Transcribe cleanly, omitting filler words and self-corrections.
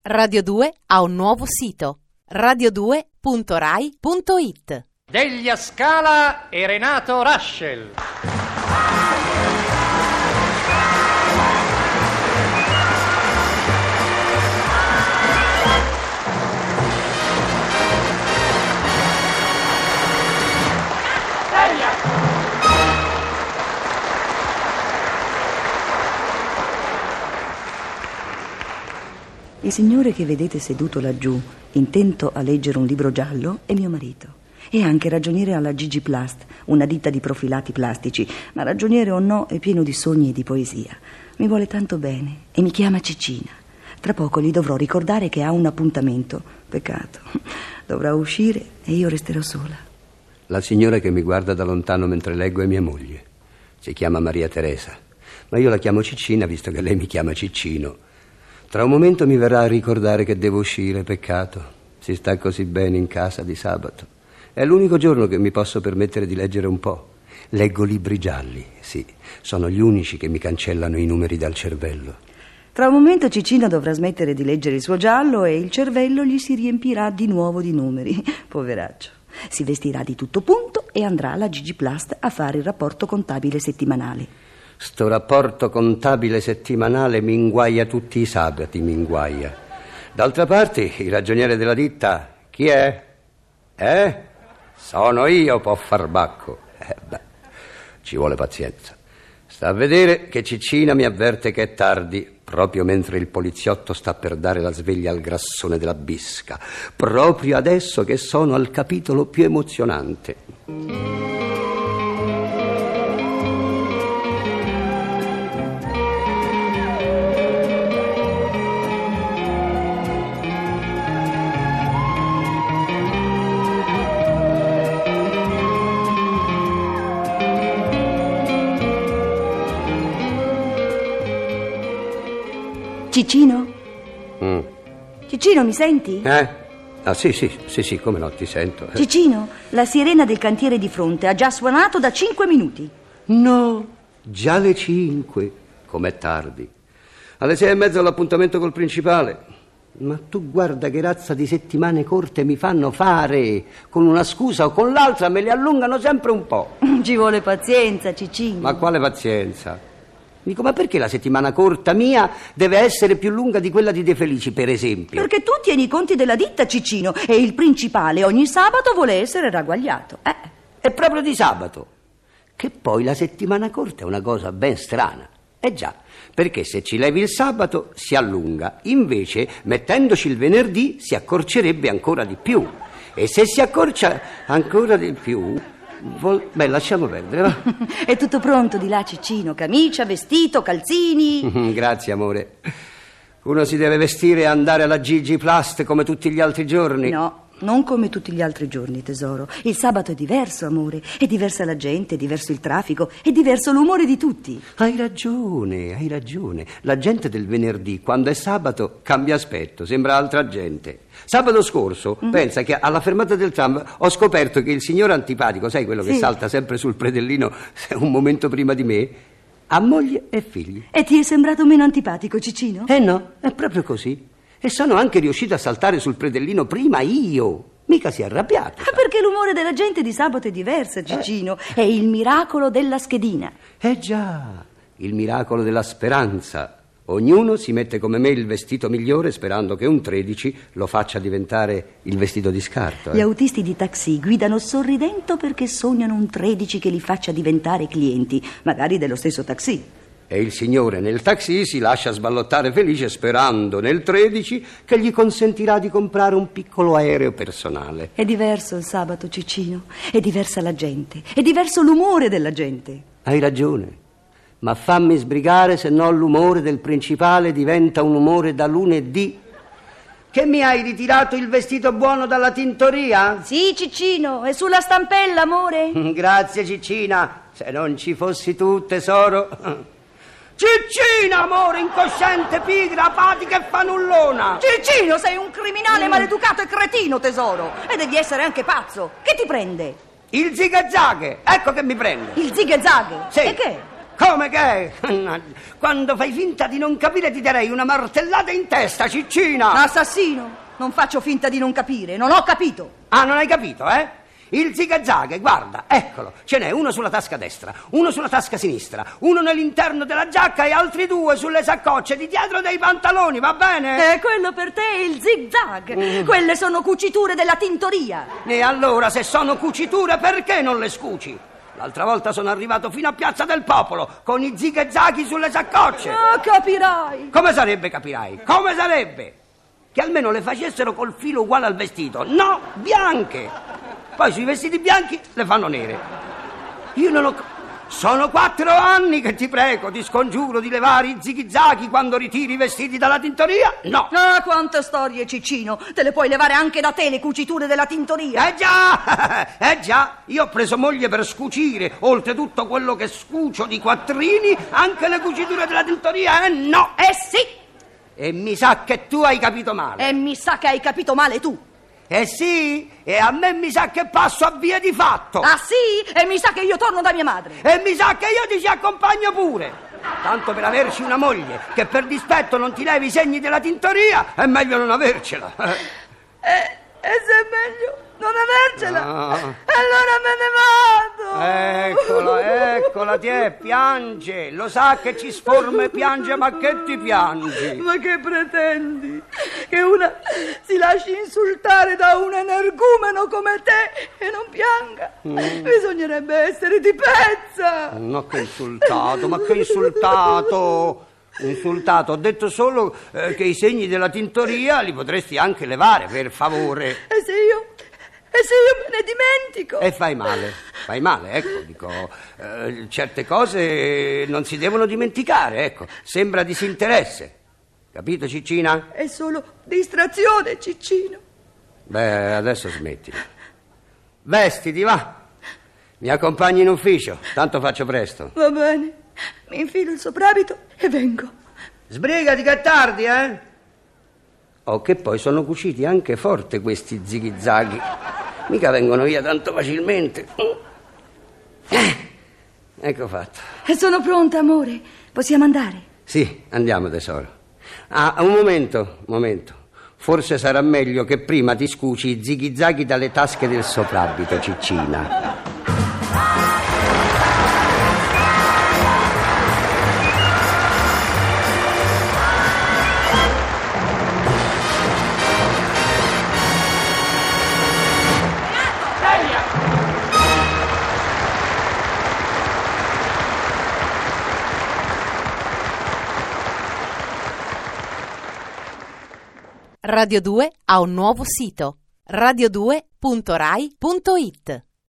Radio 2 ha un nuovo sito, radio2.rai.it. Deglia Scala e Renato Raschel. Il signore che vedete seduto laggiù, intento a leggere un libro giallo, è mio marito. È anche ragioniere alla Gigi Plast, una ditta di profilati plastici, ma ragioniere o no è pieno di sogni e di poesia. Mi vuole tanto bene e mi chiama Cicina. Tra poco gli dovrò ricordare che ha un appuntamento. Peccato. Dovrà uscire e io resterò sola. La signora che mi guarda da lontano mentre leggo è mia moglie. Si chiama Maria Teresa, ma io la chiamo Cicina visto che lei mi chiama Ciccino. Tra un momento mi verrà a ricordare che devo uscire, peccato. Si sta così bene in casa di sabato. È l'unico giorno che mi posso permettere di leggere un po'. Leggo libri gialli, sì. Sono gli unici che mi cancellano i numeri dal cervello. Tra un momento Cicina dovrà smettere di leggere il suo giallo e il cervello gli si riempirà di nuovo di numeri. Poveraccio. Si vestirà di tutto punto e andrà alla Gigi Plast a fare il rapporto contabile settimanale. Sto rapporto contabile settimanale mi inguaia tutti i sabati, mi inguaia. D'altra parte, il ragioniere della ditta, chi è? Sono io, po' farbacco. Ci vuole pazienza. Sta a vedere che Cicina mi avverte che è tardi, proprio mentre il poliziotto sta per dare la sveglia al grassone della bisca, proprio adesso che sono al capitolo più emozionante. Cicino? Cicino, mi senti? Ah, sì, come no, ti sento. Cicino, la sirena del cantiere di fronte ha già suonato da 5 minuti. No, già le 5. Com'è tardi. Alle 6:30 ho l'appuntamento col principale. Ma tu guarda che razza di settimane corte mi fanno fare. Con una scusa o con l'altra me le allungano sempre un po'. Ci vuole pazienza, Cicino. Ma quale pazienza? Dico, ma perché la settimana corta mia deve essere più lunga di quella di De Felici, per esempio? Perché tu tieni i conti della ditta, Cicino, e il principale ogni sabato vuole essere ragguagliato. È proprio di sabato. Che poi la settimana corta è una cosa ben strana. Già, perché se ci levi il sabato si allunga, invece mettendoci il venerdì si accorcerebbe ancora di più. E se si accorcia ancora di più... lasciamo perdere, va. È tutto pronto di là, Cicino? Camicia, vestito, calzini? Grazie, amore. Uno si deve vestire e andare alla Gigi Plast come tutti gli altri giorni. No, non come tutti gli altri giorni, tesoro. Il sabato è diverso, amore. È diversa la gente, è diverso il traffico, è diverso l'umore di tutti. Hai ragione. La gente del venerdì, quando è sabato, cambia aspetto, sembra altra gente. Sabato scorso, pensa che alla fermata del tram ho scoperto che il signor antipatico, sai quello che salta sempre sul predellino un momento prima di me, ha moglie e figli. E ti è sembrato meno antipatico, Cicino? No, è proprio così. E sono anche riuscito a saltare sul predellino prima io. Mica si è arrabbiato. Perché l'umore della gente di sabato è diverso, Cicino. È il miracolo della schedina. Già, il miracolo della speranza. Ognuno si mette come me il vestito migliore sperando che un 13 lo faccia diventare il vestito di scarto. Gli autisti di taxi guidano sorridendo perché sognano un 13 che li faccia diventare clienti, magari dello stesso taxi. E il signore nel taxi si lascia sballottare felice sperando nel 13 che gli consentirà di comprare un piccolo aereo personale. È diverso il sabato, Cicino. È diversa la gente. È diverso l'umore della gente. Hai ragione. Ma fammi sbrigare, se no l'umore del principale diventa un umore da lunedì. Che mi hai ritirato il vestito buono dalla tintoria? Sì, Cicino, è sulla stampella, amore. Grazie, Cicina. Se non ci fossi tu, tesoro. Cicina, amore, incosciente, pigra, apatica e fanullona. Cicino, sei un criminale maleducato e cretino, tesoro. E devi essere anche pazzo. Che ti prende? Il zighe-zaghe, ecco che mi prende. Il zighe-zaghe? Sì. E che? Come che? Quando fai finta di non capire ti darei una martellata in testa, Ciccina! Assassino, non faccio finta di non capire, non ho capito. Ah, non hai capito, eh? Il zigazag, guarda, eccolo, ce n'è uno sulla tasca destra, uno sulla tasca sinistra, uno nell'interno della giacca e altri 2 sulle saccocce di dietro dei pantaloni, va bene? Quello per te è il zigzag. Quelle sono cuciture della tintoria. E allora, se sono cuciture, perché non le scuci? L'altra volta sono arrivato fino a Piazza del Popolo con i zigazaghi sulle saccocce. Ah, capirai. Come sarebbe, capirai? Come sarebbe? Che almeno le facessero col filo uguale al vestito. No, bianche. Poi sui vestiti bianchi le fanno nere. Io non ho... Sono 4 anni che ti prego, ti scongiuro di levare i zigizaghi quando ritiri i vestiti dalla tintoria. No. Ah, quante storie, Ciccino. Te le puoi levare anche da te le cuciture della tintoria. Eh già, io ho preso moglie per scucire, oltre tutto quello che scucio di quattrini, anche le cuciture della tintoria, no. Sì. E mi sa che tu hai capito male. E mi sa che hai capito male tu. Sì, e a me mi sa che passo a via di fatto. Ah sì? E mi sa che io torno da mia madre. E mi sa che io ti ci accompagno pure. Tanto per averci una moglie che per dispetto non ti levi i segni della tintoria, è meglio non avercela. E se è meglio non avercela, No. allora me ne vado. Eccola, piange. Lo sa che ci sforma e piange, ma che ti piangi? Ma che pretendi? Che una si lasci insultare da un energumeno come te e non pianga? Bisognerebbe essere di pezza. No, che insultato, ma che insultato. Insultato, ho detto solo che i segni della tintoria li potresti anche levare, per favore. E se io me ne dimentico? E fai male, ecco, dico, certe cose non si devono dimenticare, ecco, sembra disinteresse, capito, Ciccina? È solo distrazione, Ciccino. Beh, adesso smetti. Vestiti, va, mi accompagni in ufficio, tanto faccio presto. Va bene, mi infilo il soprabito e vengo. Sbrigati che è tardi, eh? Oh, che poi sono cuciti anche forte questi zighizaghi. Mica vengono via tanto facilmente. Ecco fatto. E sono pronta, amore. Possiamo andare? Sì, andiamo, tesoro. Ah, un momento. Forse sarà meglio che prima ti scuci i zighizaghi dalle tasche del soprabito, Ciccina. Radio 2 ha un nuovo sito: radio2.rai.it.